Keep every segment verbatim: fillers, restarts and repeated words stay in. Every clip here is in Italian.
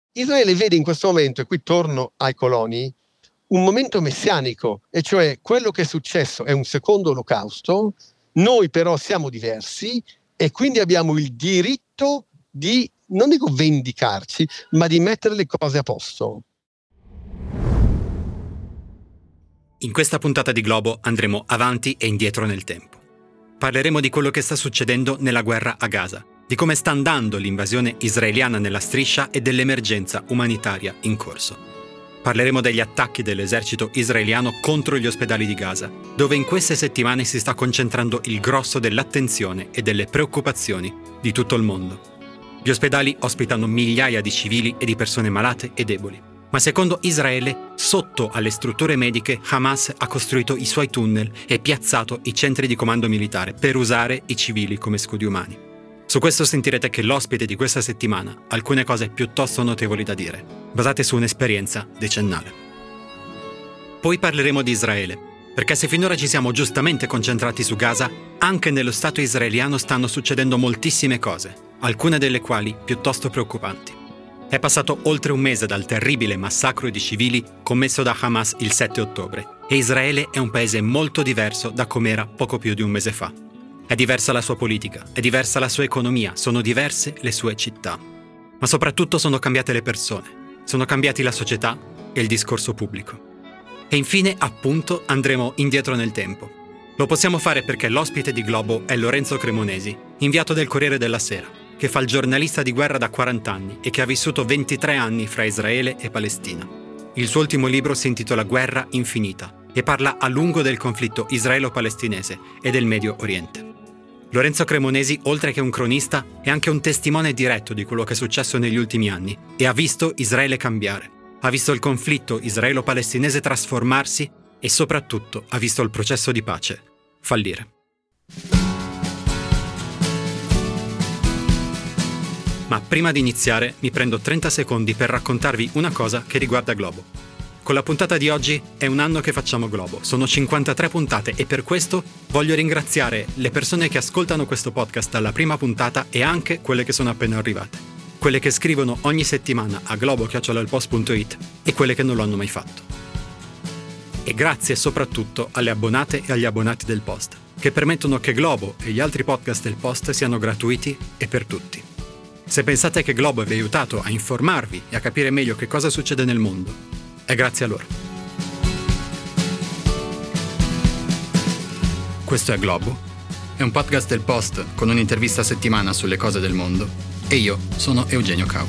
Israele vede in questo momento, e qui torno ai coloni, un momento messianico, e cioè quello che è successo è un secondo olocausto, noi però siamo diversi e quindi abbiamo il diritto di, non dico vendicarci, ma di mettere le cose a posto. In questa puntata di Globo andremo avanti e indietro nel tempo. Parleremo di quello che sta succedendo nella guerra a Gaza, di come sta andando l'invasione israeliana nella striscia e dell'emergenza umanitaria in corso. Parleremo degli attacchi dell'esercito israeliano contro gli ospedali di Gaza, dove in queste settimane si sta concentrando il grosso dell'attenzione e delle preoccupazioni di tutto il mondo. Gli ospedali ospitano migliaia di civili e di persone malate e deboli. Ma secondo Israele, sotto alle strutture mediche, Hamas ha costruito i suoi tunnel e piazzato i centri di comando militare per usare i civili come scudi umani. Su questo sentirete che l'ospite di questa settimana ha alcune cose piuttosto notevoli da dire, basate su un'esperienza decennale. Poi parleremo di Israele, perché se finora ci siamo giustamente concentrati su Gaza, anche nello Stato israeliano stanno succedendo moltissime cose, alcune delle quali piuttosto preoccupanti. È passato oltre un mese dal terribile massacro di civili commesso da Hamas il sette ottobre e Israele è un paese molto diverso da com'era poco più di un mese fa. È diversa la sua politica, è diversa la sua economia, sono diverse le sue città. Ma soprattutto sono cambiate le persone, sono cambiati la società e il discorso pubblico. E infine, appunto, andremo indietro nel tempo. Lo possiamo fare perché l'ospite di Globo è Lorenzo Cremonesi, inviato del Corriere della Sera, che fa il giornalista di guerra da quaranta anni e che ha vissuto ventitré anni fra Israele e Palestina. Il suo ultimo libro si intitola Guerra infinita e parla a lungo del conflitto israelo-palestinese e del Medio Oriente. Lorenzo Cremonesi, oltre che un cronista, è anche un testimone diretto di quello che è successo negli ultimi anni e ha visto Israele cambiare. Ha visto il conflitto israelo-palestinese trasformarsi e soprattutto ha visto il processo di pace fallire. Ma prima di iniziare mi prendo trenta secondi per raccontarvi una cosa che riguarda Globo. Con la puntata di oggi è un anno che facciamo Globo, sono cinquantatré puntate e per questo voglio ringraziare le persone che ascoltano questo podcast dalla prima puntata e anche quelle che sono appena arrivate, quelle che scrivono ogni settimana a globo chiocciola il post punto it e quelle che non lo hanno mai fatto. E grazie soprattutto alle abbonate e agli abbonati del Post, che permettono che Globo e gli altri podcast del Post siano gratuiti e per tutti. Se pensate che Globo vi ha aiutato a informarvi e a capire meglio che cosa succede nel mondo, è grazie a loro. Questo è Globo, è un podcast del Post con un'intervista a settimana sulle cose del mondo e io sono Eugenio Cau.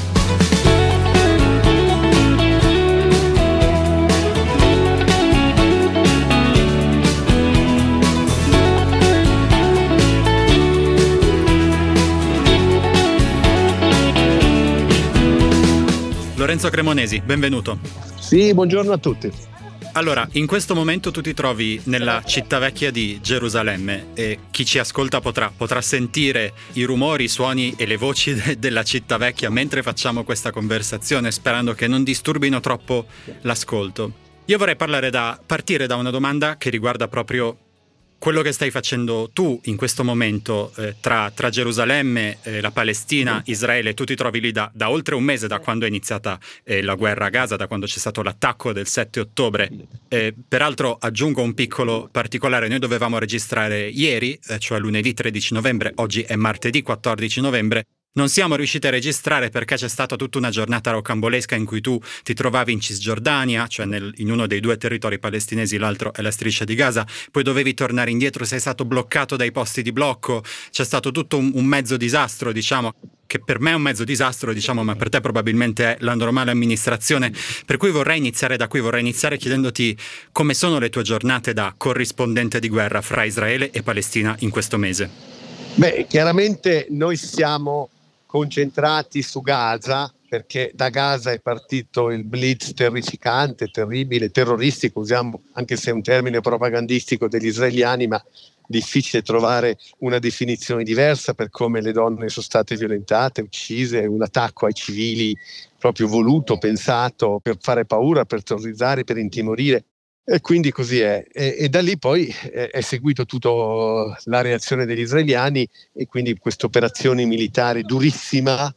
Lorenzo Cremonesi, benvenuto. Sì, buongiorno a tutti. Allora, in questo momento tu ti trovi nella città vecchia di Gerusalemme e chi ci ascolta potrà, potrà sentire i rumori, i suoni e le voci de- della città vecchia mentre facciamo questa conversazione, sperando che non disturbino troppo l'ascolto. Io vorrei parlare da partire da una domanda che riguarda proprio quello che stai facendo tu in questo momento eh, tra, tra Gerusalemme, eh, la Palestina, Israele. Tu ti trovi lì da, da oltre un mese, da quando è iniziata eh, la guerra a Gaza, da quando c'è stato l'attacco del sette ottobre. Eh, peraltro aggiungo un piccolo particolare: noi dovevamo registrare ieri, eh, cioè lunedì tredici novembre, oggi è martedì quattordici novembre. Non siamo riusciti a registrare perché c'è stata tutta una giornata rocambolesca in cui tu ti trovavi in Cisgiordania, cioè nel, in uno dei due territori palestinesi, l'altro è la striscia di Gaza, poi dovevi tornare indietro, sei stato bloccato dai posti di blocco, c'è stato tutto un, un mezzo disastro, diciamo, che per me è un mezzo disastro, diciamo, ma per te probabilmente è la normale amministrazione, per cui vorrei iniziare da qui, vorrei iniziare chiedendoti come sono le tue giornate da corrispondente di guerra fra Israele e Palestina in questo mese. Beh, chiaramente noi siamo concentrati su Gaza, perché da Gaza è partito il blitz terrificante, terribile, terroristico, usiamo, anche se è un termine propagandistico degli israeliani, ma difficile trovare una definizione diversa per come le donne sono state violentate, uccise, un attacco ai civili proprio voluto, pensato per fare paura, per terrorizzare, per intimorire. E quindi così è. E, e da lì poi è, è seguito tutta la reazione degli israeliani e quindi questa operazione militare durissima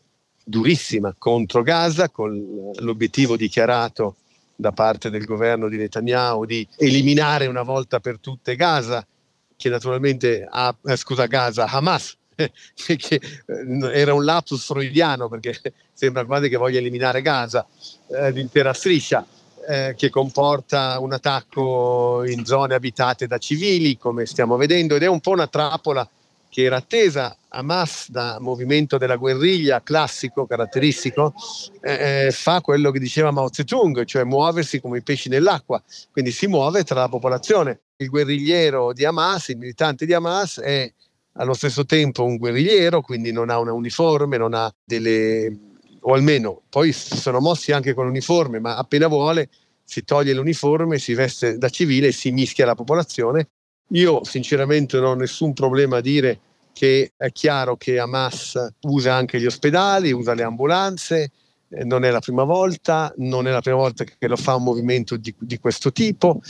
durissima contro Gaza, con l'obiettivo dichiarato da parte del governo di Netanyahu di eliminare una volta per tutte Gaza, che naturalmente ha, eh, scusa Gaza, Hamas, che era un lapsus freudiano perché sembra quasi che voglia eliminare Gaza, eh, l'intera striscia, eh, che comporta un attacco in zone abitate da civili, come stiamo vedendo, ed è un po' una trappola che era attesa. Hamas, da movimento della guerriglia classico, caratteristico, eh, fa quello che diceva Mao Zedong, cioè muoversi come i pesci nell'acqua, quindi si muove tra la popolazione. Il guerrigliero di Hamas, il militante di Hamas, è allo stesso tempo un guerrigliero, quindi non ha una uniforme, non ha delle, o almeno poi si sono mossi anche con l'uniforme, ma appena vuole si toglie l'uniforme, si veste da civile e si mischia alla popolazione. Io sinceramente non ho nessun problema a dire che è chiaro che Hamas usa anche gli ospedali, usa le ambulanze, eh, non è la prima volta, non è la prima volta che lo fa un movimento di, di questo tipo,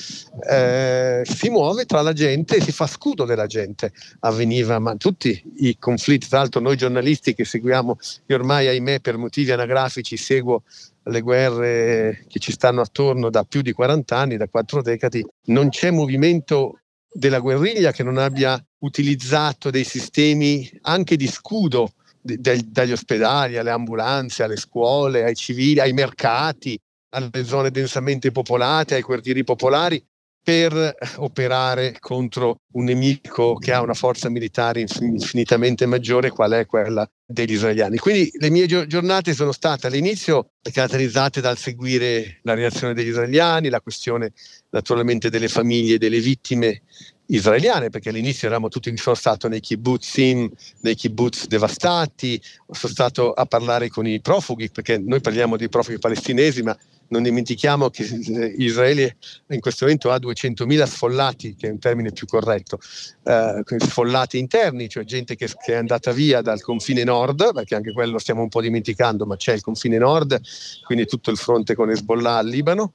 eh, si muove tra la gente, si fa scudo della gente. Avveniva, ma tutti i conflitti, tra l'altro noi giornalisti che seguiamo, io ormai ahimè per motivi anagrafici seguo le guerre che ci stanno attorno da più di quaranta anni, da quattro decadi, non c'è movimento della guerriglia che non abbia utilizzato dei sistemi anche di scudo de- de- dagli ospedali alle ambulanze, alle scuole, ai civili, ai mercati, alle zone densamente popolate, ai quartieri popolari, per operare contro un nemico che ha una forza militare infinitamente maggiore, qual è quella degli israeliani. Quindi le mie giornate sono state all'inizio caratterizzate dal seguire la reazione degli israeliani, la questione naturalmente delle famiglie delle vittime israeliane, perché all'inizio eravamo tutti, sono stato nei kibbutzim, nei kibbutz devastati, sono stato a parlare con i profughi, perché noi parliamo di profughi palestinesi, ma non dimentichiamo che Israele in questo momento ha duecentomila sfollati, che è un termine più corretto, eh, sfollati interni, cioè gente che, che è andata via dal confine nord, perché anche quello stiamo un po' dimenticando, ma c'è il confine nord, quindi tutto il fronte con Hezbollah al Libano,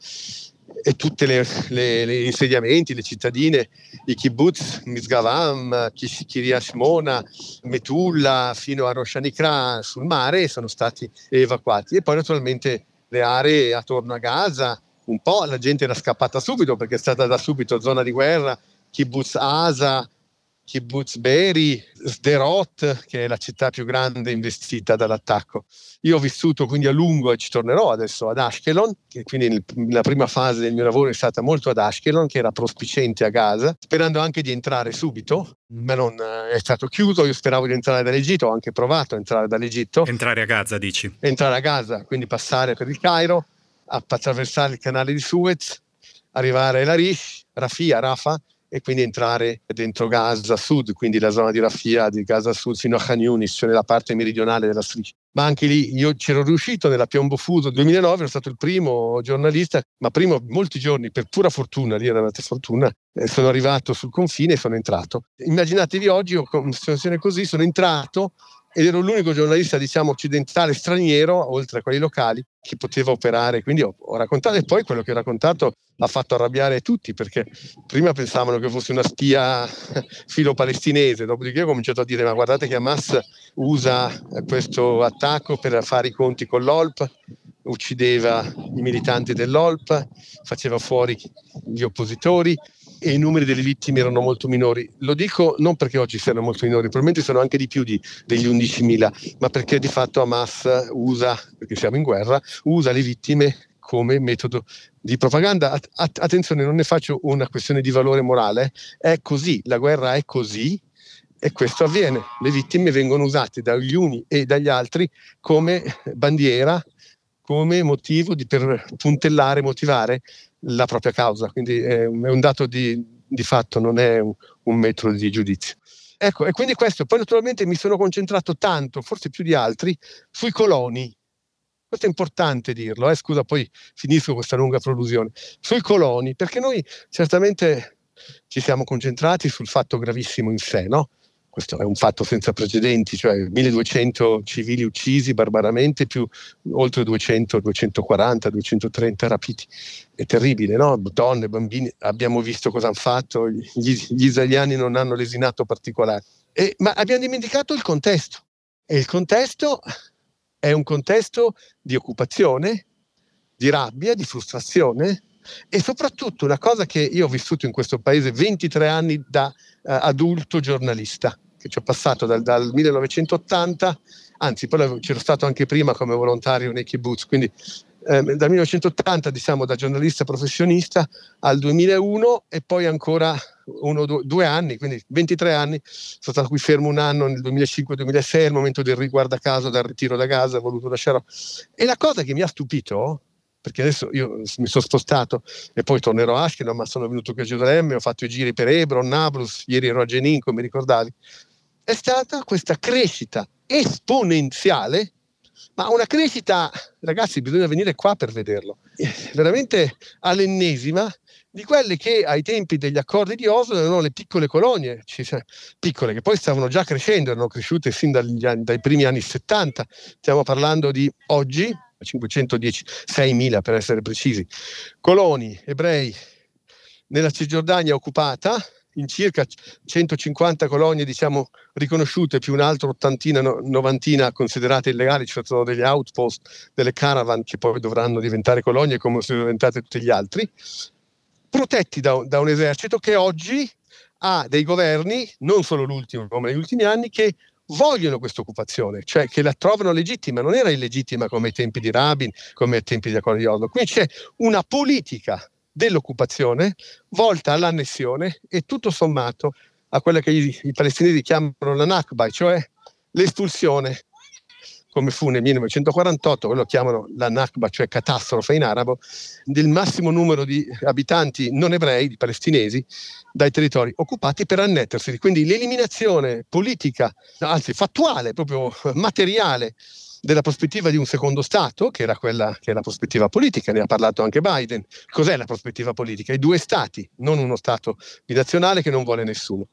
e tutti gli insediamenti, le cittadine, i kibbutz, Misgavam, Kiryat Shmona, Metulla, fino a Rosh Hanikra sul mare, sono stati evacuati. E poi naturalmente le aree attorno a Gaza, un po' la gente era scappata subito perché è stata da subito zona di guerra, kibbutz Asa, kibbutz Be'eri, Sderot, che è la città più grande investita dall'attacco. Io ho vissuto quindi a lungo e ci tornerò adesso ad Ashkelon, che quindi la prima fase del mio lavoro è stata molto ad Ashkelon, che era prospiciente a Gaza, sperando anche di entrare subito, ma non è stato chiuso. Io speravo di entrare dall'Egitto, ho anche provato a entrare dall'Egitto. Entrare a Gaza, dici? Entrare a Gaza, quindi passare per il Cairo, attraversare il canale di Suez, arrivare a Larish, Rafia, Rafah, e quindi entrare dentro Gaza Sud, quindi la zona di Rafia, di Gaza Sud fino a Khan Yunis, cioè nella parte meridionale della striscia. Ma anche lì io c'ero riuscito nella Piombo Fuso duemilanove, ero stato il primo giornalista, ma primo molti giorni, per pura fortuna, lì era una fortuna, eh, sono arrivato sul confine e sono entrato. Immaginatevi oggi, con una situazione così, sono entrato ed ero l'unico giornalista, diciamo, occidentale straniero, oltre a quelli locali, che poteva operare. Quindi ho, ho raccontato, e poi quello che ho raccontato ha fatto arrabbiare tutti, perché prima pensavano che fosse una spia filo-palestinese, dopodiché ho cominciato a dire: ma guardate che Hamas usa questo attacco per fare i conti con l'O L P, uccideva i militanti dell'O L P, faceva fuori gli oppositori, e i numeri delle vittime erano molto minori. Lo dico non perché oggi siano molto minori, probabilmente sono anche di più di, degli undicimila, ma perché di fatto Hamas usa, perché siamo in guerra, usa le vittime come metodo di propaganda. At- att- attenzione, non ne faccio una questione di valore morale, è così, la guerra è così, e questo avviene. Le vittime vengono usate dagli uni e dagli altri come bandiera, come motivo di, per puntellare, motivare la propria causa. Quindi è un, è un dato di, di fatto, non è un, un metodo di giudizio. Ecco, e quindi questo. Poi naturalmente mi sono concentrato tanto, forse più di altri, sui coloni. Questo è importante dirlo, eh? Scusa, poi finisco questa lunga prolusione. Sui coloni, perché noi certamente ci siamo concentrati sul fatto gravissimo in sé, no? Questo è un fatto senza precedenti, cioè milleduecento civili uccisi barbaramente, più oltre duecento, duecentoquaranta, duecentotrenta rapiti. È terribile, no? Donne, bambini, abbiamo visto cosa hanno fatto, gli, gli israeliani non hanno lesinato particolare. E, ma abbiamo dimenticato il contesto. E il contesto è un contesto di occupazione, di rabbia, di frustrazione e soprattutto una cosa che io ho vissuto in questo paese ventitré anni da uh, adulto giornalista, che ci ho passato dal, dal millenovecentottanta, anzi poi c'ero stato anche prima come volontario nei kibbutz, quindi eh, dal millenovecentottanta diciamo da giornalista professionista al duemilauno e poi ancora uno, due, due anni, quindi ventitré anni, sono stato qui fermo un anno nel duemilacinque duemilasei, al momento del riguarda caso, dal ritiro da Gaza, ho voluto lasciare. E la cosa che mi ha stupito, perché adesso io mi sono spostato e poi tornerò a Ashkelon, ma sono venuto qui a Gerusalemme, ho fatto i giri per Hebron, Nablus, ieri ero a Jenin, come ricordavi, è stata questa crescita esponenziale, ma una crescita, ragazzi, bisogna venire qua per vederlo, veramente all'ennesima di quelle che ai tempi degli accordi di Oslo erano le piccole colonie, piccole che poi stavano già crescendo, erano cresciute sin dagli anni, dai primi anni settanta, stiamo parlando di oggi, cinquecentodieci, seimila per essere precisi, coloni ebrei nella Cisgiordania occupata, in circa centocinquanta colonie diciamo riconosciute, più un'altra ottantina, no, novantina considerate illegali, cioè sono degli outpost, delle caravan che poi dovranno diventare colonie come sono diventate tutti gli altri, protetti da, da un esercito che oggi ha dei governi, non solo l'ultimo come negli ultimi anni, che vogliono questa occupazione, cioè che la trovano legittima, non era illegittima come ai tempi di Rabin, come ai tempi di accordi di Oslo. Quindi c'è una politica dell'occupazione volta all'annessione e tutto sommato a quella che i, i palestinesi chiamano la Nakba, cioè l'espulsione, come fu nel millenovecentoquarantotto, quello chiamano la Nakba, cioè catastrofe in arabo, del massimo numero di abitanti non ebrei, di palestinesi, dai territori occupati per annettersi. Quindi l'eliminazione politica, anzi fattuale, proprio materiale, della prospettiva di un secondo Stato, che era quella che è la prospettiva politica, ne ha parlato anche Biden. Cos'è la prospettiva politica? I due Stati, non uno Stato binazionale che non vuole nessuno.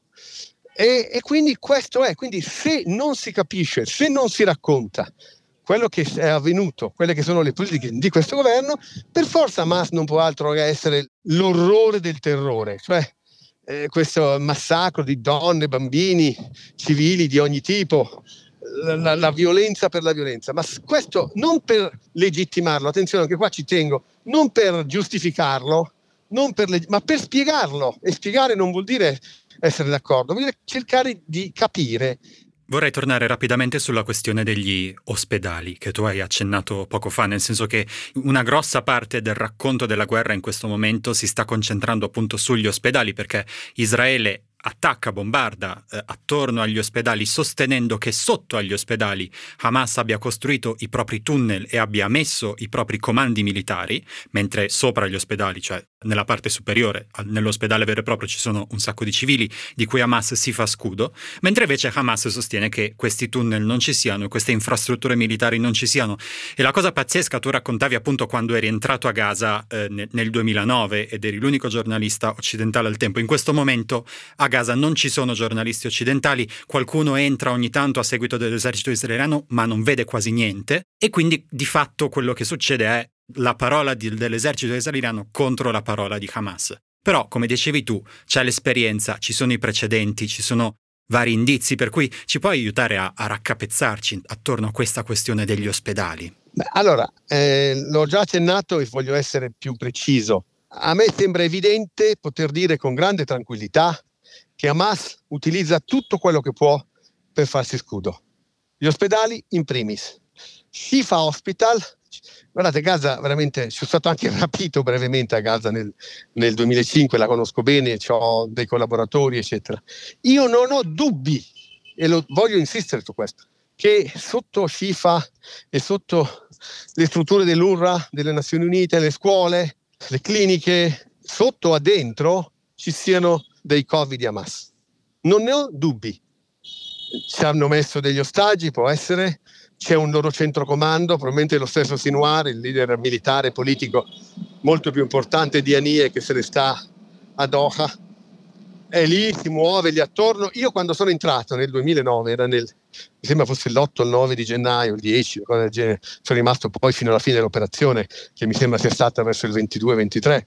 E, e quindi questo è, quindi se non si capisce, se non si racconta quello che è avvenuto, quelle che sono le politiche di questo governo, per forza Hamas non può altro che essere l'orrore del terrore, cioè eh, questo massacro di donne, bambini, civili di ogni tipo, la, la, la violenza per la violenza, ma questo non per legittimarlo, attenzione anche qua ci tengo, non per giustificarlo, non per leg- ma per spiegarlo, e spiegare non vuol dire essere d'accordo, vuol dire cercare di capire. Vorrei tornare rapidamente sulla questione degli ospedali che tu hai accennato poco fa, nel senso che una grossa parte del racconto della guerra in questo momento si sta concentrando appunto sugli ospedali, perché Israele attacca, bombarda eh, attorno agli ospedali, sostenendo che sotto agli ospedali Hamas abbia costruito i propri tunnel e abbia messo i propri comandi militari, mentre sopra gli ospedali, cioè nella parte superiore, nell'ospedale vero e proprio, ci sono un sacco di civili di cui Hamas si fa scudo, mentre invece Hamas sostiene che questi tunnel non ci siano, queste infrastrutture militari non ci siano. E la cosa pazzesca, tu raccontavi appunto quando eri entrato a Gaza eh, nel, nel duemilanove ed eri l'unico giornalista occidentale al tempo. In questo momento a Gaza non ci sono giornalisti occidentali, qualcuno entra ogni tanto a seguito dell'esercito israeliano ma non vede quasi niente, e quindi di fatto quello che succede è la parola di, dell'esercito israeliano contro la parola di Hamas. Però, come dicevi tu, c'è l'esperienza, ci sono i precedenti, ci sono vari indizi, per cui ci puoi aiutare a, a raccapezzarci attorno a questa questione degli ospedali? Beh, allora, eh, l'ho già accennato e voglio essere più preciso. A me sembra evidente poter dire con grande tranquillità che Hamas utilizza tutto quello che può per farsi scudo. Gli ospedali in primis. Shifa Hospital, guardate, Gaza veramente, sono stato anche rapito brevemente a Gaza nel, nel duemilacinque, la conosco bene, ho dei collaboratori, eccetera. Io non ho dubbi, e lo, voglio insistere su questo, che sotto Shifa e sotto le strutture dell'UNRWA, delle Nazioni Unite, le scuole, le cliniche, sotto a dentro ci siano dei covi di Hamas. Non ne ho dubbi. Ci hanno messo degli ostaggi, può essere, c'è un loro centro comando, probabilmente lo stesso Sinwar, il leader militare e politico molto più importante di Haniyeh, che se ne sta a Doha, è lì, si muove lì attorno. Io quando sono entrato nel duemilanove, era nel, mi sembra fosse l'otto o il nove di gennaio, il dieci, cosa del genere, sono rimasto poi fino alla fine dell'operazione, che mi sembra sia stata verso il ventidue ventitré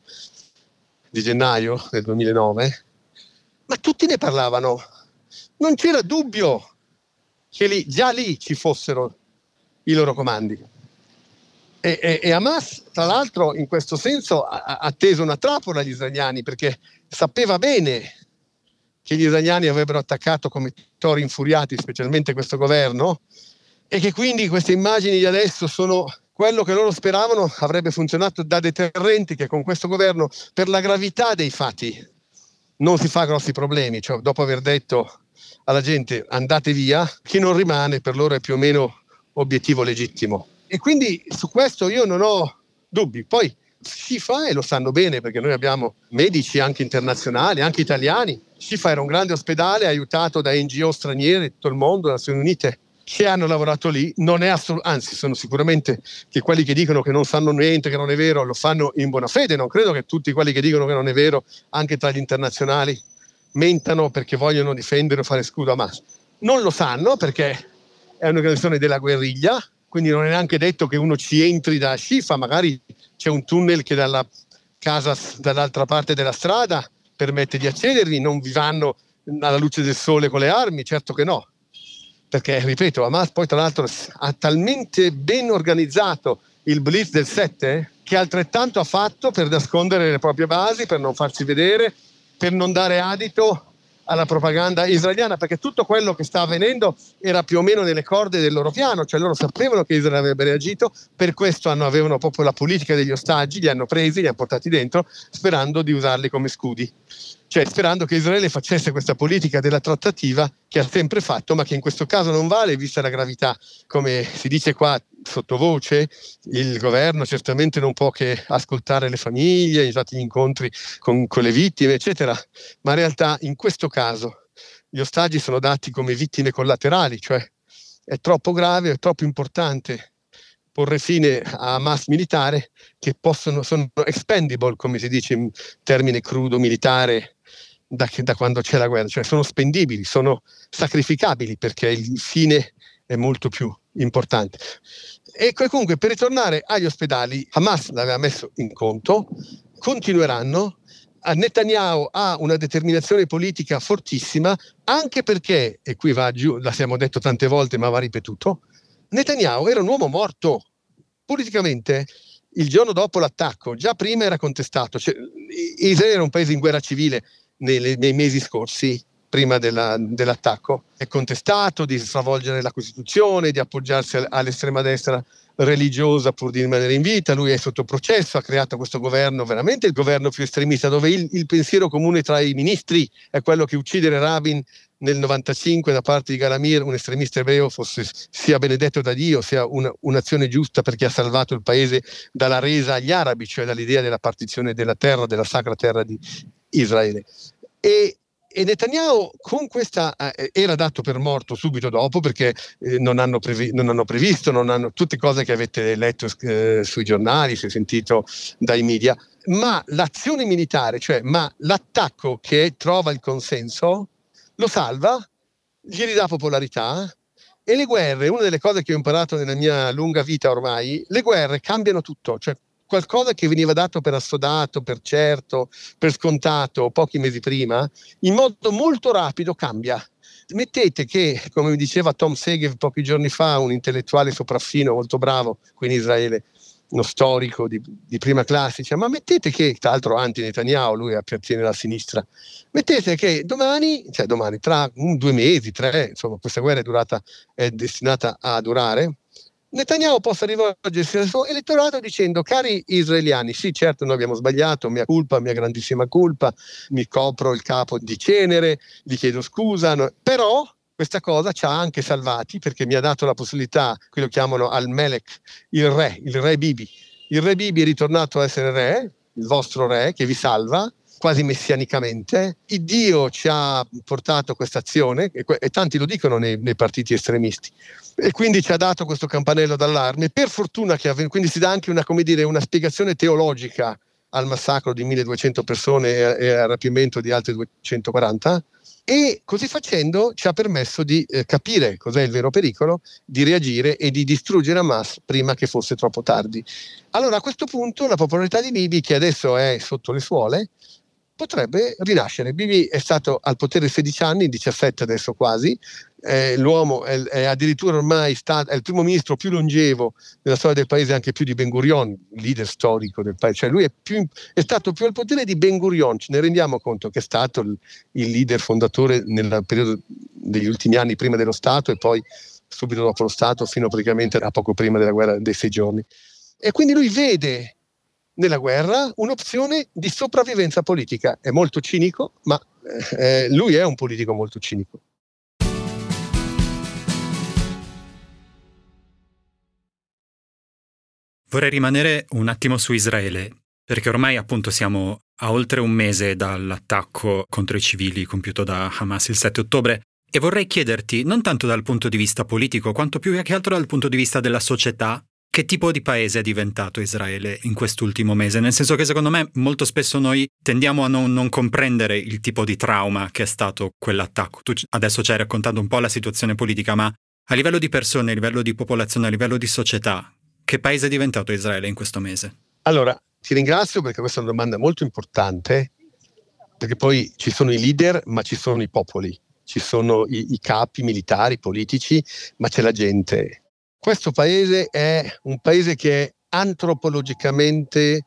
di gennaio del duemilanove, ma tutti ne parlavano. Non c'era dubbio che lì, già lì ci fossero i loro comandi. E, e, e Hamas, tra l'altro, in questo senso ha, ha teso una trappola agli israeliani, perché sapeva bene che gli israeliani avrebbero attaccato come tori infuriati, specialmente questo governo, e che quindi queste immagini di adesso sono quello che loro speravano avrebbe funzionato da deterrenti, che con questo governo, per la gravità dei fatti, non si fa grossi problemi. Cioè, dopo aver detto alla gente andate via, chi non rimane per loro è più o meno obiettivo legittimo. E quindi su questo io non ho dubbi. Poi Shifa, e lo sanno bene perché noi abbiamo medici anche internazionali, anche italiani. Shifa era un grande ospedale aiutato da N G O straniere, tutto il mondo, Nazioni Unite, che hanno lavorato lì. Non è assolut- anzi, sono sicuramente che quelli che dicono che non sanno niente, che non è vero, lo fanno in buona fede. Non credo che tutti quelli che dicono che non è vero, anche tra gli internazionali, mentano perché vogliono difendere o fare scudo a Hamas. Non lo sanno perché è un'organizzazione della guerriglia, quindi non è neanche detto che uno ci entri da Shifa, magari c'è un tunnel che dalla casa dall'altra parte della strada permette di accedervi, non vi vanno alla luce del sole con le armi, certo che no, perché ripeto, Hamas poi tra l'altro ha talmente ben organizzato il blitz del sette che altrettanto ha fatto per nascondere le proprie basi, per non farsi vedere, per non dare adito alla propaganda israeliana, perché tutto quello che sta avvenendo era più o meno nelle corde del loro piano, cioè loro sapevano che Israele avrebbe reagito, per questo hanno, avevano proprio la politica degli ostaggi, li hanno presi, li hanno portati dentro, sperando di usarli come scudi, cioè sperando che Israele facesse questa politica della trattativa che ha sempre fatto, ma che in questo caso non vale, vista la gravità. Come si dice qua sottovoce, il governo certamente non può che ascoltare le famiglie, infatti gli incontri con, con le vittime, eccetera, ma in realtà in questo caso gli ostaggi sono dati come vittime collaterali, cioè è troppo grave, è troppo importante porre fine a Hamas militare, che possono, sono expendable, come si dice in termine crudo militare, da, da quando c'è la guerra, cioè sono spendibili, sono sacrificabili perché il fine è molto più importante. E comunque, per ritornare agli ospedali, Hamas l'aveva messo in conto, continueranno. Netanyahu ha una determinazione politica fortissima, anche perché, e qui va giù, l'abbiamo detto tante volte ma va ripetuto, Netanyahu era un uomo morto. Politicamente, il giorno dopo l'attacco, già prima era contestato. Cioè, Israele era un paese in guerra civile nei, nei mesi scorsi, prima della, dell'attacco. È contestato di stravolgere la Costituzione, di appoggiarsi all'estrema destra religiosa pur di rimanere in vita. Lui è sotto processo, ha creato questo governo, veramente il governo più estremista, dove il, il pensiero comune tra i ministri è quello che uccidere Rabin nel novantacinque da parte di Galamir, un estremista ebreo, fosse sia benedetto da Dio, sia una, un'azione giusta perché ha salvato il paese dalla resa agli arabi, cioè dall'idea della partizione della terra, della sacra terra di Israele. E E Netanyahu con questa eh, era dato per morto subito dopo, perché eh, non, hanno previ- non hanno previsto, non hanno tutte cose che avete letto eh, sui giornali, si è sentito dai media, ma l'azione militare, cioè ma l'attacco che trova il consenso, lo salva, gli ridà popolarità. E le guerre, una delle cose che ho imparato nella mia lunga vita ormai, le guerre cambiano tutto, cioè qualcosa che veniva dato per assodato, per certo, per scontato pochi mesi prima, in modo molto rapido cambia. Mettete che, come mi diceva Tom Segev pochi giorni fa, un intellettuale sopraffino molto bravo qui in Israele, uno storico di, di prima classe, dice, ma mettete che, tra l'altro anti-Netanyahu, lui appartiene alla sinistra, mettete che domani, cioè domani, tra un, due mesi, tre, insomma questa guerra è durata, è destinata a durare, Netanyahu possa rivolgersi al suo elettorato dicendo: cari israeliani, sì certo noi abbiamo sbagliato, mia colpa, mia grandissima colpa, mi copro il capo di cenere, vi chiedo scusa, no, però questa cosa ci ha anche salvati perché mi ha dato la possibilità, qui lo chiamano al-Melech, il re, il re Bibi. Il re Bibi è ritornato a essere re, il vostro re che vi salva, quasi messianicamente. Il Dio ci ha portato questa azione, e, e tanti lo dicono nei, nei partiti estremisti, e quindi ci ha dato questo campanello d'allarme. Per fortuna che avven- quindi si dà anche una, come dire, una spiegazione teologica al massacro di milleduecento persone e, e al rapimento di altre duecentoquaranta, e così facendo ci ha permesso di eh, capire cos'è il vero pericolo, di reagire e di distruggere Hamas prima che fosse troppo tardi. Allora a questo punto la popolarità di Bibi, che adesso è sotto le suole, potrebbe rinascere. Bibi è stato al potere sedici anni, diciassette adesso quasi, eh, l'uomo è, è addirittura ormai stato, è il primo ministro più longevo nella storia del paese, anche più di Ben Gurion, leader storico del paese, cioè lui è, più, è stato più al potere di Ben Gurion, ce ne rendiamo conto che è stato il, il leader fondatore nel periodo degli ultimi anni prima dello Stato e poi subito dopo lo Stato fino praticamente a poco prima della guerra dei sei giorni. E quindi lui vede nella guerra un'opzione di sopravvivenza politica. È molto cinico, ma eh, lui è un politico molto cinico. Vorrei rimanere un attimo su Israele, perché ormai appunto siamo a oltre un mese dall'attacco contro i civili compiuto da Hamas il sette ottobre, e vorrei chiederti, non tanto dal punto di vista politico, quanto più che altro dal punto di vista della società, che tipo di paese è diventato Israele in quest'ultimo mese? Nel senso che secondo me molto spesso noi tendiamo a non, non comprendere il tipo di trauma che è stato quell'attacco. Tu adesso ci hai raccontato un po' la situazione politica, ma a livello di persone, a livello di popolazione, a livello di società, che paese è diventato Israele in questo mese? Allora, ti ringrazio perché questa è una domanda molto importante, perché poi ci sono i leader, ma ci sono i popoli, ci sono i, i capi militari, politici, ma c'è la gente. Questo paese è un paese che è antropologicamente,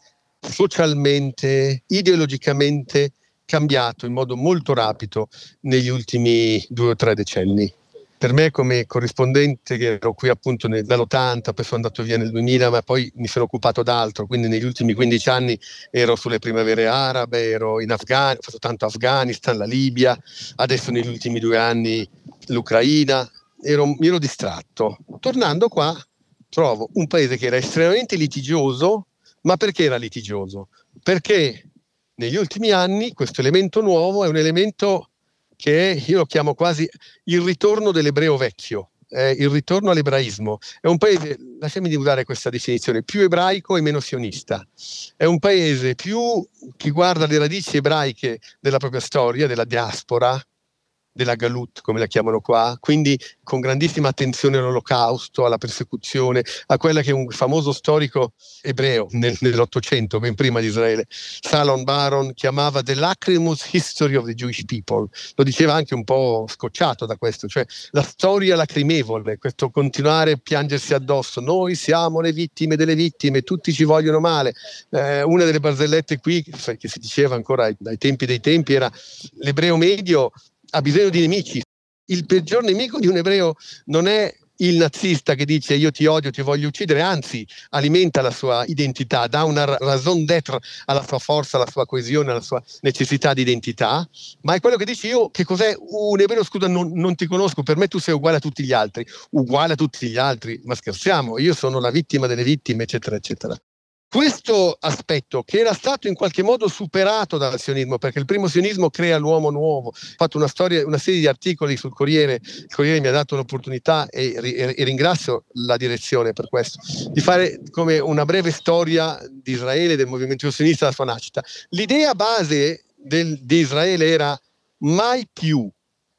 socialmente, ideologicamente cambiato in modo molto rapido negli ultimi due o tre decenni. Per me come corrispondente, che ero qui appunto nel, dall'ottanta, poi sono andato via nel duemila, ma poi mi sono occupato d'altro, quindi negli ultimi quindici anni ero sulle primavere arabe, ero in Afghanistan, ho fatto tanto Afghanistan, la Libia, adesso negli ultimi due anni l'Ucraina. Ero, mi ero distratto. Tornando qua trovo un paese che era estremamente litigioso, ma perché era litigioso? Perché negli ultimi anni questo elemento nuovo è un elemento che io lo chiamo quasi il ritorno dell'ebreo vecchio, eh, il ritorno all'ebraismo. È un paese, lasciami usare questa definizione, più ebraico e meno sionista. È un paese più che guarda le radici ebraiche della propria storia, della diaspora, della Galut, come la chiamano qua, quindi con grandissima attenzione all'olocausto, alla persecuzione, a quella che un famoso storico ebreo nel, nell'Ottocento, ben prima di Israele, Salon Baron, chiamava The Lachrymose History of the Jewish People. Lo diceva anche un po' scocciato da questo, cioè la storia lacrimevole, questo continuare a piangersi addosso. Noi siamo le vittime delle vittime, tutti ci vogliono male. Eh, una delle barzellette qui, che si diceva ancora dai tempi dei tempi, era l'ebreo medio ha bisogno di nemici. Il peggior nemico di un ebreo non è il nazista che dice io ti odio, ti voglio uccidere, anzi alimenta la sua identità, dà una raison d'être alla sua forza, alla sua coesione, alla sua necessità di identità, ma è quello che dice io che cos'è un ebreo, scusa non, non ti conosco, per me tu sei uguale a tutti gli altri, uguale a tutti gli altri, ma scherziamo, io sono la vittima delle vittime, eccetera, eccetera. Questo aspetto, che era stato in qualche modo superato dal sionismo, perché il primo sionismo crea l'uomo nuovo, ho fatto una storia, una serie di articoli sul Corriere, il Corriere mi ha dato l'opportunità e, e, e ringrazio la direzione per questo, di fare come una breve storia di Israele, del movimento sionista alla sua nascita. L'idea base del, di Israele era mai più,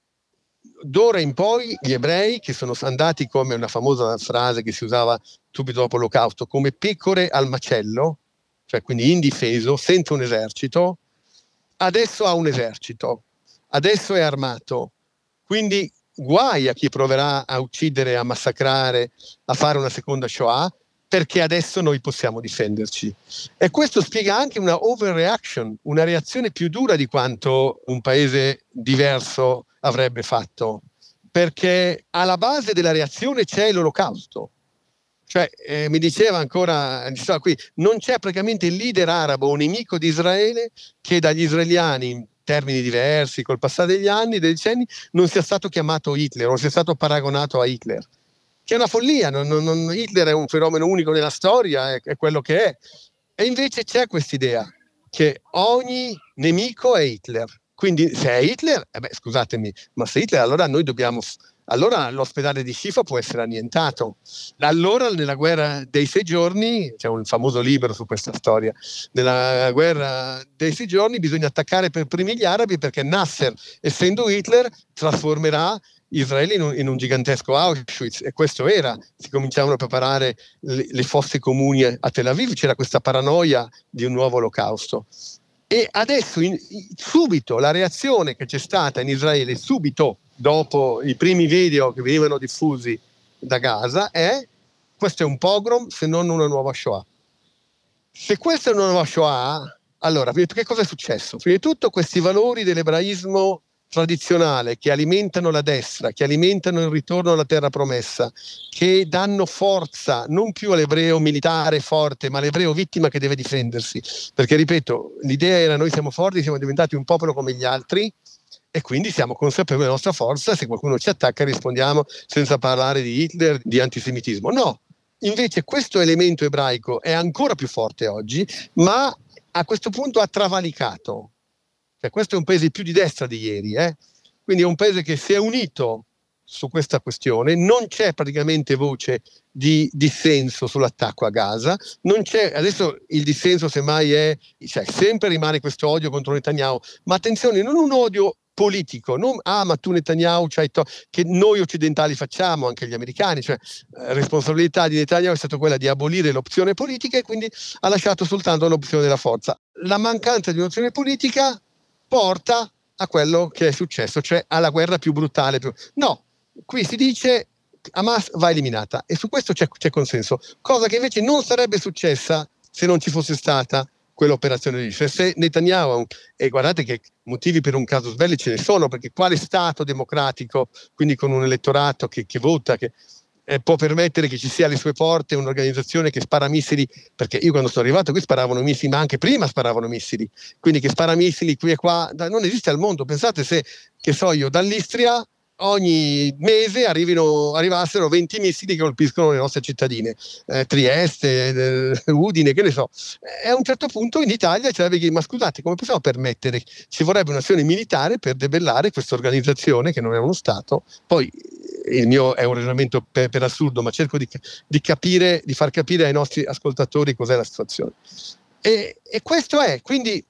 d'ora in poi gli ebrei, che sono andati, come una famosa frase che si usava subito dopo l'Olocausto, come pecore al macello, cioè quindi indifeso, senza un esercito, adesso ha un esercito, adesso è armato, quindi guai a chi proverà a uccidere, a massacrare, a fare una seconda Shoah, perché adesso noi possiamo difenderci. E questo spiega anche una overreaction, una reazione più dura di quanto un paese diverso avrebbe fatto, perché alla base della reazione c'è l'Olocausto. Cioè, eh, mi diceva ancora, diceva qui, non c'è praticamente il leader arabo o nemico di Israele che dagli israeliani, in termini diversi, col passare degli anni, dei decenni, non sia stato chiamato Hitler o sia stato paragonato a Hitler. Che è una follia, non, non, Hitler è un fenomeno unico nella storia, è, è quello che è. E invece c'è quest'idea che ogni nemico è Hitler. Quindi se è Hitler, eh beh, scusatemi, ma se Hitler, allora noi dobbiamo... Allora l'ospedale di Shifa può essere annientato. Allora nella guerra dei sei giorni, c'è un famoso libro su questa storia, nella guerra dei sei giorni bisogna attaccare per primi gli arabi perché Nasser, essendo Hitler, trasformerà Israele in un, in un gigantesco Auschwitz, e questo era, si cominciavano a preparare le, le fosse comuni a Tel Aviv, c'era questa paranoia di un nuovo olocausto. E adesso in, in, subito la reazione che c'è stata in Israele, subito dopo i primi video che venivano diffusi da Gaza, è: questo è un pogrom, se non una nuova Shoah. Se questa è una nuova Shoah, allora che cosa è successo? Prima di tutto questi valori dell'ebraismo tradizionale che alimentano la destra, che alimentano il ritorno alla terra promessa, che danno forza non più all'ebreo militare forte, ma all'ebreo vittima che deve difendersi, perché ripeto, l'idea era: noi siamo forti, siamo diventati un popolo come gli altri e quindi siamo consapevoli della nostra forza, se qualcuno ci attacca rispondiamo senza parlare di Hitler, di antisemitismo. No, invece questo elemento ebraico è ancora più forte oggi, ma a questo punto ha travalicato. Cioè, questo è un paese più di destra di ieri, eh? Quindi è un paese che si è unito su questa questione, non c'è praticamente voce di dissenso sull'attacco a Gaza, non c'è, adesso il dissenso semmai è, cioè sempre rimane questo odio contro Netanyahu, ma attenzione, non un odio politico, non ah ma tu Netanyahu c'hai to-", che noi occidentali facciamo, anche gli americani, cioè eh, responsabilità di Netanyahu è stata quella di abolire l'opzione politica e quindi ha lasciato soltanto l'opzione della forza. La mancanza di un'opzione polica porta a quello che è successo, cioè alla guerra più brutale. Più... No, qui si dice Hamas va eliminata e su questo c'è, c'è consenso, cosa che invece non sarebbe successa se non ci fosse stata quell'operazione lì. Cioè, se Netanyahu, e guardate che motivi per un casus belli ce ne sono, perché quale Stato democratico, quindi con un elettorato che, che vota, che eh, può permettere che ci sia alle sue porte un'organizzazione che spara missili, perché io quando sono arrivato qui sparavano missili, ma anche prima sparavano missili, quindi che spara missili qui e qua, non esiste al mondo. Pensate se, che so io, dall'Istria ogni mese arrivino, arrivassero venti missili che colpiscono le nostre cittadine, eh, Trieste, eh, Udine, che ne so. E a un certo punto in Italia ci sarebbe che, ma scusate, come possiamo permettere? Ci vorrebbe un'azione militare per debellare questa organizzazione che non è uno Stato. Poi il mio è un ragionamento per, per assurdo, ma cerco di, di capire, di far capire ai nostri ascoltatori cos'è la situazione. E, e questo è, quindi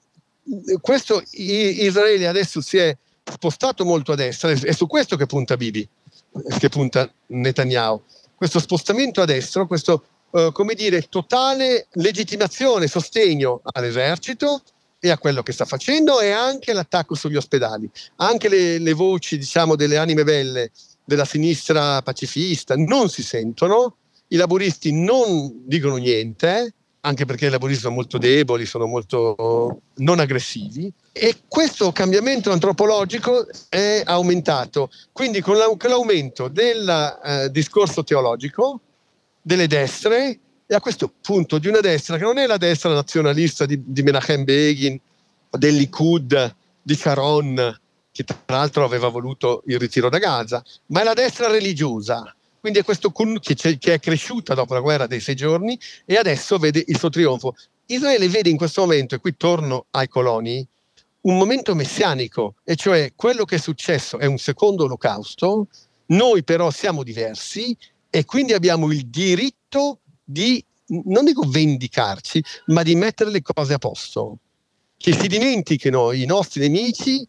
questo Israele adesso si è spostato molto a destra, è su questo che punta Bibi, che punta Netanyahu, questo spostamento a destra, questo uh, come dire totale legittimazione, sostegno all'esercito e a quello che sta facendo, e anche l'attacco sugli ospedali, anche le, le voci diciamo delle anime belle della sinistra pacifista non si sentono, i laburisti non dicono niente, anche perché i laburisti sono molto deboli, sono molto non aggressivi, e questo cambiamento antropologico è aumentato, quindi con l'aumento del eh, discorso teologico delle destre, e a questo punto di una destra che non è la destra nazionalista di, di Menachem Begin, del Likud, di Sharon, che tra l'altro aveva voluto il ritiro da Gaza, ma è la destra religiosa. Quindi è questo che, che è cresciuta dopo la guerra dei sei giorni e adesso vede il suo trionfo. Israele vede in questo momento, e qui torno ai coloni, un momento messianico, e cioè quello che è successo è un secondo olocausto, noi però siamo diversi e quindi abbiamo il diritto di, non dico vendicarci, ma di mettere le cose a posto. Che si dimentichino i nostri nemici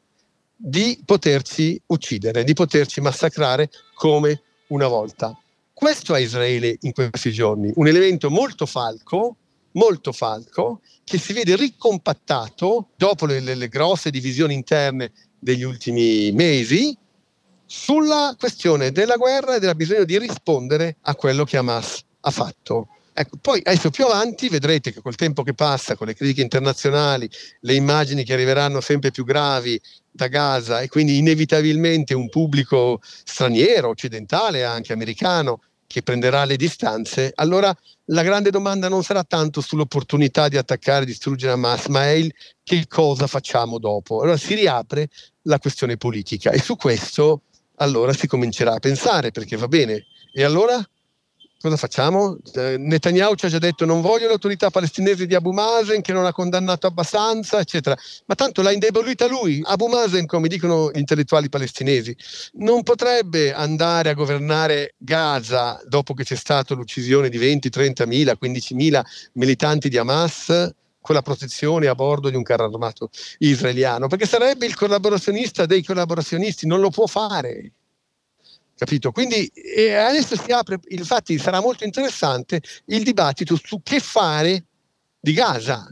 di poterci uccidere, di poterci massacrare come una volta. Questo è Israele in questi giorni, un elemento molto falco, molto falco, che si vede ricompattato dopo le, le, le grosse divisioni interne degli ultimi mesi sulla questione della guerra e del bisogno di rispondere a quello che Hamas ha fatto. Ecco, poi adesso più avanti vedrete che col tempo che passa, con le critiche internazionali, le immagini che arriveranno sempre più gravi da Gaza, e quindi inevitabilmente un pubblico straniero, occidentale, anche americano, che prenderà le distanze, allora la grande domanda non sarà tanto sull'opportunità di attaccare e distruggere Hamas, ma è il che cosa facciamo dopo. Allora si riapre la questione politica e su questo allora si comincerà a pensare, perché va bene, e allora cosa facciamo? Eh, Netanyahu ci ha già detto non voglio l'autorità palestinese di Abu Mazen, che non ha condannato abbastanza, eccetera, ma tanto l'ha indebolita lui. Abu Mazen, come dicono gli intellettuali palestinesi, non potrebbe andare a governare Gaza dopo che c'è stata l'uccisione di venti, trentamila, quindicimila militanti di Hamas con la protezione a bordo di un carro armato israeliano, perché sarebbe il collaborazionista dei collaborazionisti, non lo può fare. Capito? Quindi eh, adesso si apre, infatti sarà molto interessante il dibattito su che fare di Gaza,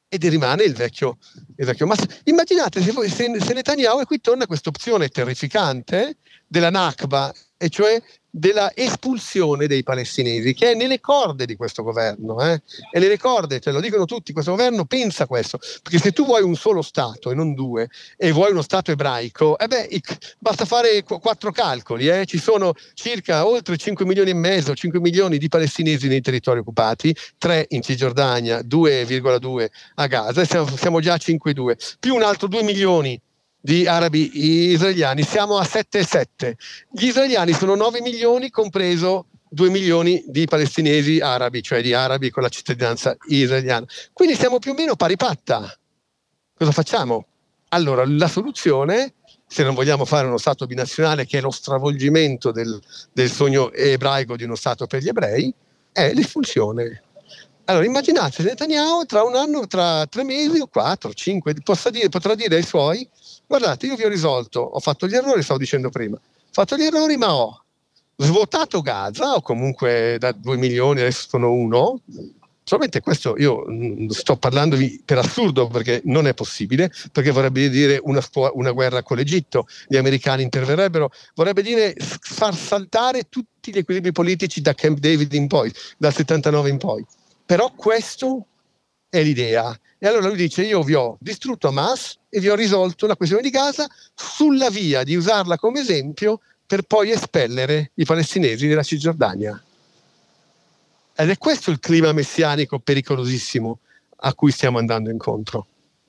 ed rimane il vecchio, il vecchio. Ma immaginate se, voi, se, se Netanyahu, e qui torna questa opzione terrificante della Nakba, e cioè della espulsione dei palestinesi, che è nelle corde di questo governo, eh? È nelle corde, te lo dicono tutti, questo governo pensa questo, perché se tu vuoi un solo Stato e non due, e vuoi uno Stato ebraico, eh beh, basta fare qu- quattro calcoli, eh? Ci sono circa oltre cinque milioni e mezzo, cinque milioni di palestinesi nei territori occupati, tre in Cisgiordania, due virgola due a Gaza, e siamo, siamo già a cinque virgola due, più un altro due milioni di arabi israeliani, siamo a sette virgola sette. Gli israeliani sono nove milioni, compreso due milioni di palestinesi arabi, cioè di arabi con la cittadinanza israeliana. Quindi siamo più o meno pari patta. Cosa facciamo? Allora, la soluzione, se non vogliamo fare uno Stato binazionale, che è lo stravolgimento del, del sogno ebraico di uno Stato per gli ebrei, è l'espulsione. Allora, immaginate Netanyahu tra un anno, tra tre mesi o quattro, cinque, possa dire, potrà dire ai suoi: guardate, io vi ho risolto, ho fatto gli errori, stavo dicendo prima, ho fatto gli errori, ma ho svuotato Gaza, o comunque da due milioni adesso sono uno. Solamente questo io mh, sto parlandovi per assurdo, perché non è possibile, perché vorrebbe dire una, una guerra con l'Egitto, gli americani interverrebbero, vorrebbe dire far saltare tutti gli equilibri politici da Camp David in poi, dal settantanove in poi. Però questo è l'idea. E allora lui dice: io vi ho distrutto Hamas e vi ho risolto la questione di Gaza sulla via di usarla come esempio per poi espellere i palestinesi della Cisgiordania. Ed è questo il clima messianico pericolosissimo a cui stiamo andando incontro.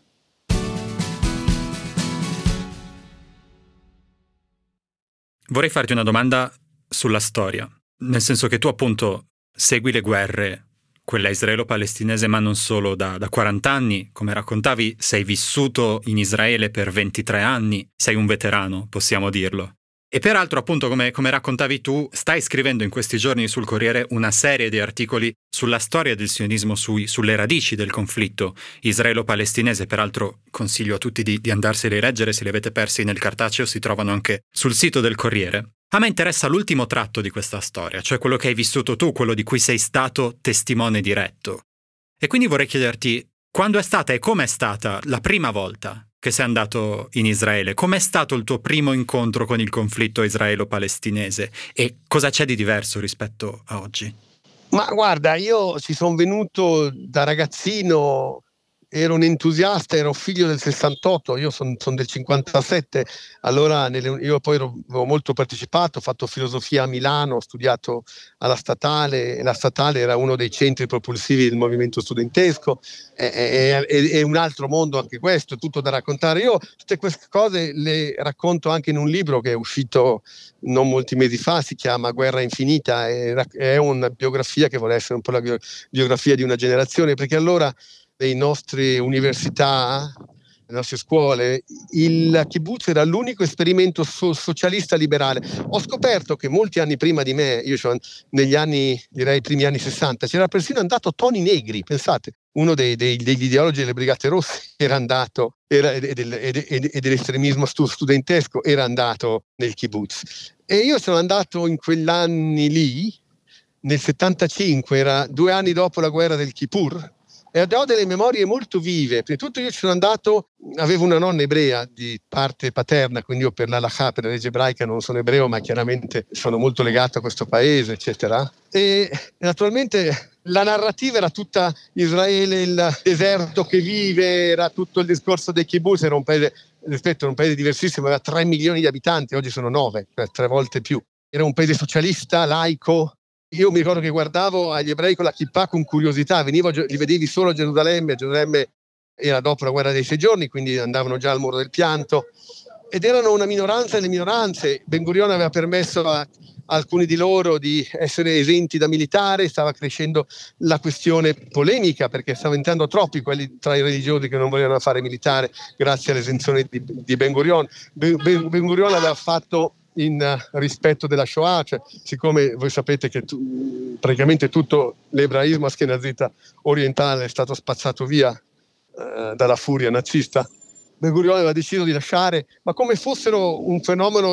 Vorrei farti una domanda sulla storia, nel senso che tu appunto segui le guerre, quella israelo-palestinese, ma non solo, da, da quaranta anni, come raccontavi, sei vissuto in Israele per ventitré anni, sei un veterano, possiamo dirlo. E peraltro, appunto, come, come raccontavi tu, stai scrivendo in questi giorni sul Corriere una serie di articoli sulla storia del sionismo, sui, sulle radici del conflitto israelo-palestinese. Peraltro consiglio a tutti di, di andarseli a leggere, se li avete persi nel cartaceo si trovano anche sul sito del Corriere. A me interessa l'ultimo tratto di questa storia, cioè quello che hai vissuto tu, quello di cui sei stato testimone diretto. E quindi vorrei chiederti, quando è stata e come è stata la prima volta che sei andato in Israele? Com'è stato il tuo primo incontro con il conflitto israelo-palestinese? E cosa c'è di diverso rispetto a oggi? Ma guarda, io ci sono venuto da ragazzino, ero un entusiasta, ero figlio del sessantotto, io sono son del cinquantasette, allora nelle, io poi ero, avevo molto partecipato, ho fatto filosofia a Milano, ho studiato alla Statale, e la Statale era uno dei centri propulsivi del movimento studentesco, è, è, è, è un altro mondo anche questo, tutto da raccontare. Io tutte queste cose le racconto anche in un libro che è uscito non molti mesi fa, si chiama Guerra Infinita, è, è una biografia che vuole essere un po' la biografia di una generazione, perché allora le nostre università, le nostre scuole, il kibbutz era l'unico esperimento so- socialista liberale. Ho scoperto che molti anni prima di me, io cioè, negli anni, direi primi anni sessanta, c'era persino andato Toni Negri, pensate, uno dei, dei, degli ideologi delle Brigate Rosse era andato, era, e, del, e, e dell'estremismo studentesco era andato nel kibbutz. E io sono andato in quegli anni lì, nel settantacinque, era due anni dopo la guerra del Kippur, e ho delle memorie molto vive. Prima di tutto io ci sono andato, avevo una nonna ebrea di parte paterna, quindi io per l'Halakha, per la legge ebraica non sono ebreo, ma chiaramente sono molto legato a questo paese, eccetera. E naturalmente la narrativa era tutta Israele, il deserto che vive, era tutto il discorso dei kibbutz, era un paese, rispetto a un paese diversissimo, aveva tre milioni di abitanti, oggi sono nove, per tre volte più. Era un paese socialista, laico. Io mi ricordo che guardavo agli ebrei con la kippah con curiosità, venivo, li vedevi solo a Gerusalemme, Gerusalemme era dopo la guerra dei sei giorni, quindi andavano già al muro del pianto, ed erano una minoranza delle minoranze. Ben Gurion aveva permesso a, a alcuni di loro di essere esenti da militare, stava crescendo la questione polemica, perché stavano entrando troppi quelli tra i religiosi che non volevano fare militare grazie all'esenzione di, di Ben Gurion. Ben, ben, Ben Gurion aveva fatto in rispetto della Shoah, cioè, siccome voi sapete che tu, praticamente tutto l'ebraismo askenazita orientale è stato spazzato via eh, dalla furia nazista, Ben Gurion aveva deciso di lasciare, ma come fossero un fenomeno da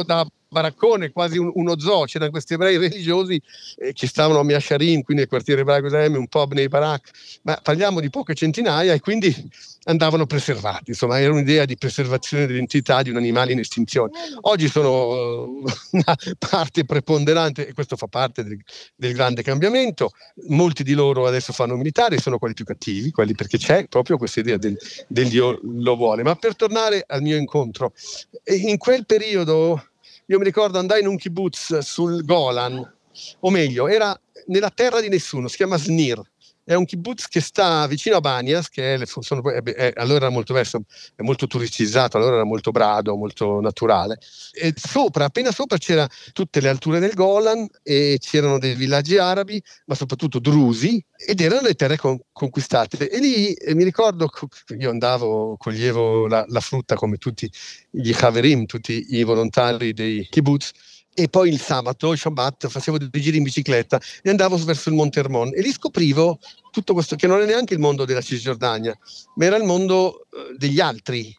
baraccone, quasi un, uno zoo. C'erano questi ebrei religiosi eh, che stavano a Measharim, quindi nel quartiere ebraico di un po' a Bnei Barak, ma parliamo di poche centinaia, e quindi andavano preservati. Insomma, era un'idea di preservazione dell'identità di un animale in estinzione. Oggi sono una parte preponderante, e questo fa parte del, del grande cambiamento. Molti di loro adesso fanno militari, sono quelli più cattivi, quelli perché c'è proprio questa idea del, del Dio lo vuole. Ma per tornare al mio incontro, in quel periodo io mi ricordo andai in un kibbutz sul Golan, o meglio, era nella terra di nessuno, si chiama Snir. È un kibbutz che sta vicino a Banias, che è, sono, è, è, allora era molto verso, è molto turisticizzato, allora era molto brado, molto naturale. E sopra, appena sopra, c'era tutte le alture del Golan, e c'erano dei villaggi arabi, ma soprattutto drusi, ed erano le terre con, conquistate. E lì eh, mi ricordo che io andavo, coglievo la, la frutta come tutti gli Haverim, tutti i volontari dei kibbutz, e poi il sabato, il Shabbat, facevo dei giri in bicicletta e andavo verso il Monte Hermon, e lì scoprivo tutto questo, che non è neanche il mondo della Cisgiordania, ma era il mondo eh, degli altri,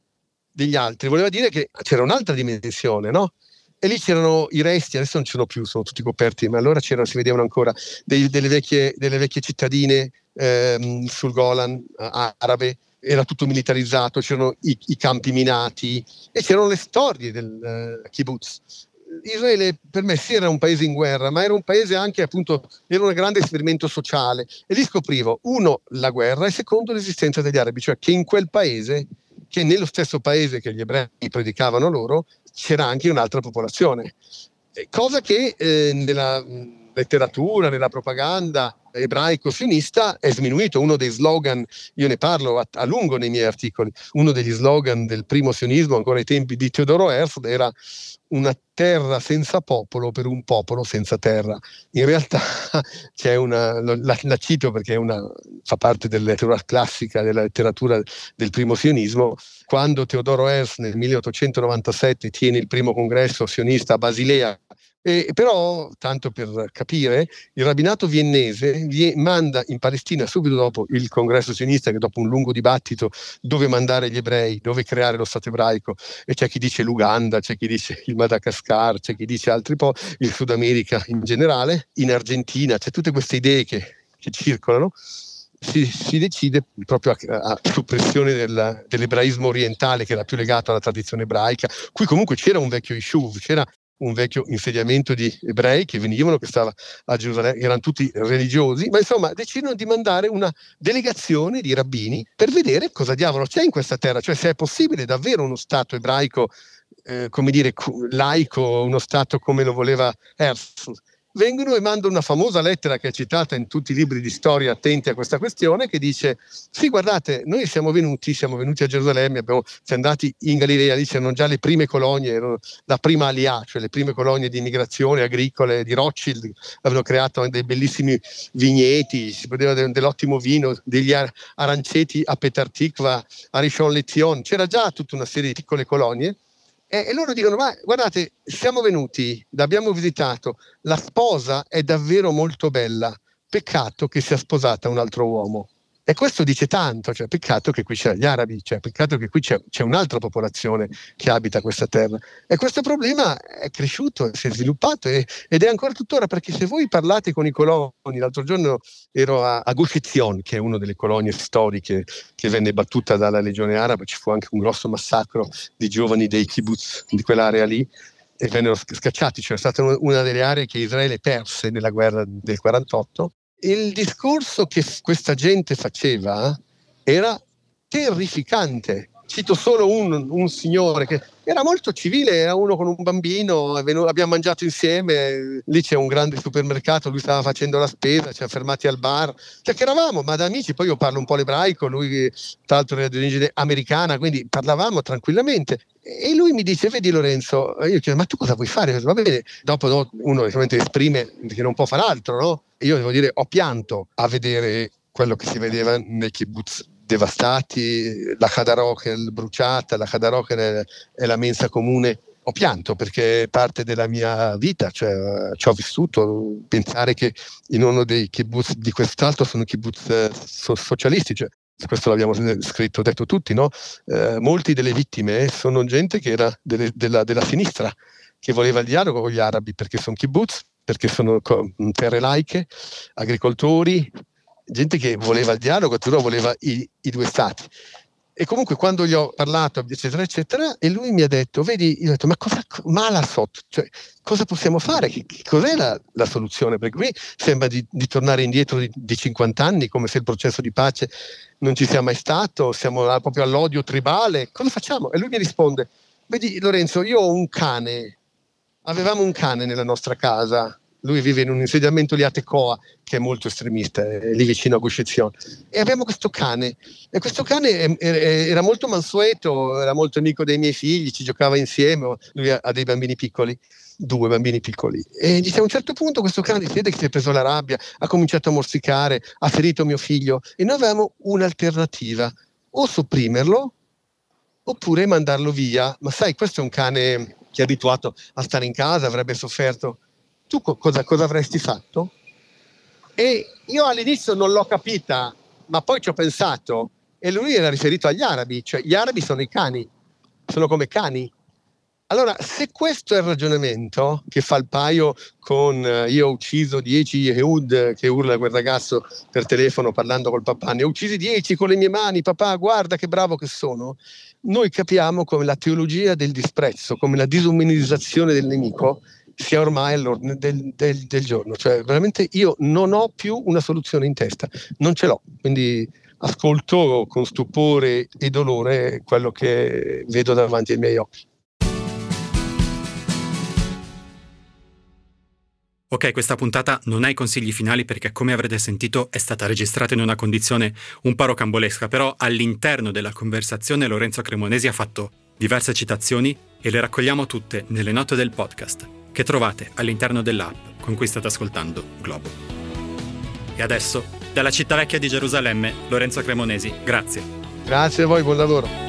degli altri. Voleva dire che c'era un'altra dimensione, no? E lì c'erano i resti, adesso non ci sono più, sono tutti coperti, ma allora c'erano, si vedevano ancora dei, delle, vecchie, delle vecchie cittadine ehm, sul Golan eh, arabe. Era tutto militarizzato, c'erano i, i campi minati, e c'erano le storie del uh, kibbutz. Israele per me sì era un paese in guerra, ma era un paese anche, appunto, era un grande esperimento sociale, e lì scoprivo, uno, la guerra, e secondo, l'esistenza degli arabi, cioè che in quel paese, che nello stesso paese che gli ebrei predicavano loro, c'era anche un'altra popolazione, cosa che eh, nella letteratura, nella propaganda ebraico-sionista è sminuito. Uno dei slogan, io ne parlo a, a lungo nei miei articoli, uno degli slogan del primo sionismo, ancora ai tempi di Teodoro Herzl, era una terra senza popolo per un popolo senza terra. In realtà c'è una, la, la cito perché è una, fa parte della letteratura classica, della letteratura del primo sionismo. Quando Teodoro Herzl nel milleottocentonovantasette tiene il primo congresso sionista a Basilea, e però, tanto per capire, il rabbinato viennese vi manda in Palestina subito dopo il congresso sionista, che dopo un lungo dibattito dove mandare gli ebrei, dove creare lo Stato ebraico, e c'è chi dice l'Uganda, c'è chi dice il Madagascar, c'è chi dice altri po', il Sud America in generale, in Argentina, c'è tutte queste idee che, che circolano. Si, si decide proprio a, a suppressione del, dell'ebraismo orientale, che era più legato alla tradizione ebraica. Qui comunque c'era un vecchio Yishuv, c'era un vecchio insediamento di ebrei che venivano, che stava a Gerusalemme, erano tutti religiosi, ma insomma decidono di mandare una delegazione di rabbini per vedere cosa diavolo c'è in questa terra, cioè se è possibile davvero uno Stato ebraico, eh, come dire, laico, uno Stato come lo voleva Herzl. Vengono e mandano una famosa lettera che è citata in tutti i libri di storia attenti a questa questione, che dice: sì, guardate, noi siamo venuti, siamo venuti a Gerusalemme, abbiamo, siamo andati in Galilea, lì c'erano già le prime colonie, erano la prima Aliyah, cioè le prime colonie di immigrazione agricole di Rothschild, avevano creato dei bellissimi vigneti, si poteva de- dell'ottimo vino, degli ar- aranceti a Petar Tikva, a Rishon LeZion, c'era già tutta una serie di piccole colonie. E loro dicono: ma guardate, siamo venuti, l'abbiamo visitato, la sposa è davvero molto bella, peccato che sia sposata un altro uomo. E questo dice tanto, cioè peccato che qui c'è gli arabi, cioè peccato che qui c'è, c'è un'altra popolazione che abita questa terra. E questo problema è cresciuto, si è sviluppato e, ed è ancora tuttora, perché se voi parlate con i coloni, l'altro giorno ero a, a Gush Etzion, che è una delle colonie storiche che venne battuta dalla legione araba, ci fu anche un grosso massacro di giovani dei kibbutz di quell'area lì, e vennero scacciati, cioè è stata una delle aree che Israele perse nella guerra del quarantotto. Il discorso che questa gente faceva era terrificante. Cito solo un, un signore che era molto civile, era uno con un bambino, è venuto, abbiamo mangiato insieme, lì c'è un grande supermercato, lui stava facendo la spesa, ci ha fermati al bar, chiacchieravamo, ma da amici. Poi io parlo un po' l'ebraico, lui tra l'altro era di origine americana, quindi parlavamo tranquillamente. E lui mi dice: vedi Lorenzo, io chiedo: ma tu cosa vuoi fare? Va bene. Dopo no, uno ovviamente esprime che non può fare altro, no? E io devo dire, ho pianto a vedere quello che si vedeva nei kibbutz devastati, la Hadarochel bruciata, la Hadarochel è, è la mensa comune. Ho pianto perché è parte della mia vita, cioè ci ho vissuto. Pensare che in uno dei kibbutz di quest'altro sono kibbutz so- socialisti, cioè questo l'abbiamo scritto, detto tutti, no? Eh, molti delle vittime sono gente che era delle, della, della sinistra, che voleva il dialogo con gli arabi, perché sono kibbutz, perché sono terre laiche, agricoltori, gente che voleva il dialogo, però voleva i, i due stati. E comunque quando gli ho parlato, eccetera, eccetera, e lui mi ha detto, vedi, io ho detto, ma cosa, mala sotto, cioè, cosa possiamo fare? Che, che cos'è la, la soluzione? Perché qui sembra di, di tornare indietro di, di cinquanta anni, come se il processo di pace non ci sia mai stato, siamo proprio all'odio tribale, cosa facciamo? E lui mi risponde, vedi Lorenzo, io ho un cane, avevamo un cane nella nostra casa, lui vive in un insediamento lì a Tecoa, che è molto estremista, è lì vicino a Gush Etzion, e abbiamo questo cane, e questo cane era molto mansueto, era molto amico dei miei figli, ci giocava insieme, lui ha dei bambini piccoli, due bambini piccoli, e diciamo, a un certo punto questo cane si vede che si è preso la rabbia, ha cominciato a morsicare, ha ferito mio figlio, e noi avevamo un'alternativa, o sopprimerlo, oppure mandarlo via, ma sai, questo è un cane che è abituato a stare in casa, avrebbe sofferto. Tu cosa, cosa avresti fatto? E io all'inizio non l'ho capita, ma poi ci ho pensato, e lui era riferito agli arabi, cioè gli arabi sono i cani, sono come cani. Allora, se questo è il ragionamento che fa il paio con uh, io ho ucciso dieci Ehud, che urla quel ragazzo per telefono parlando col papà, ne ho uccisi dieci con le mie mani, papà guarda che bravo che sono, noi capiamo come la teologia del disprezzo, come la disumanizzazione del nemico sia ormai all'ordine del, del, del giorno. Cioè veramente io non ho più una soluzione in testa, non ce l'ho, quindi ascolto con stupore e dolore quello che vedo davanti ai miei occhi. Ok, questa puntata non ha i consigli finali perché, come avrete sentito, è stata registrata in una condizione un po' rocambolesca, però all'interno della conversazione Lorenzo Cremonesi ha fatto diverse citazioni e le raccogliamo tutte nelle note del podcast, che trovate all'interno dell'app con cui state ascoltando Globo. E adesso, dalla città vecchia di Gerusalemme, Lorenzo Cremonesi, grazie. Grazie a voi, buon lavoro.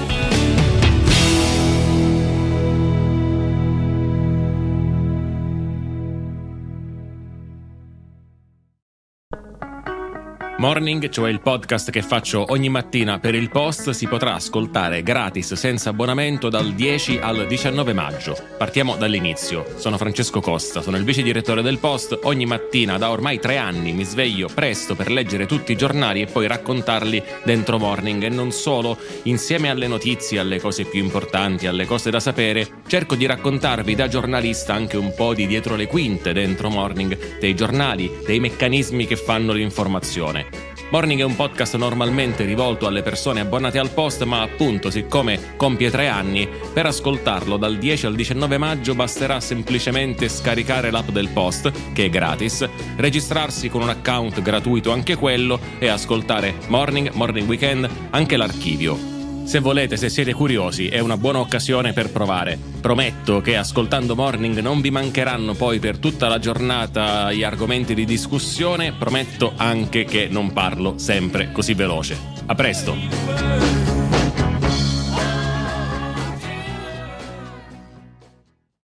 Morning, cioè il podcast che faccio ogni mattina per il Post, si potrà ascoltare gratis senza abbonamento dal dieci al diciannove maggio. Partiamo dall'inizio. Sono Francesco Costa, sono il vice direttore del Post. Ogni mattina da ormai tre anni mi sveglio presto per leggere tutti i giornali e poi raccontarli dentro Morning, e non solo. Insieme alle notizie, alle cose più importanti, alle cose da sapere, cerco di raccontarvi da giornalista anche un po' di dietro le quinte dentro Morning, dei giornali, dei meccanismi che fanno l'informazione. Morning è un podcast normalmente rivolto alle persone abbonate al Post, ma appunto, siccome compie tre anni, per ascoltarlo dal dieci al diciannove maggio basterà semplicemente scaricare l'app del Post, che è gratis, registrarsi con un account gratuito anche quello e ascoltare Morning, Morning Weekend, anche l'archivio. Se volete, se siete curiosi, è una buona occasione per provare. Prometto che ascoltando Morning non vi mancheranno poi per tutta la giornata gli argomenti di discussione. Prometto anche che non parlo sempre così veloce. A presto!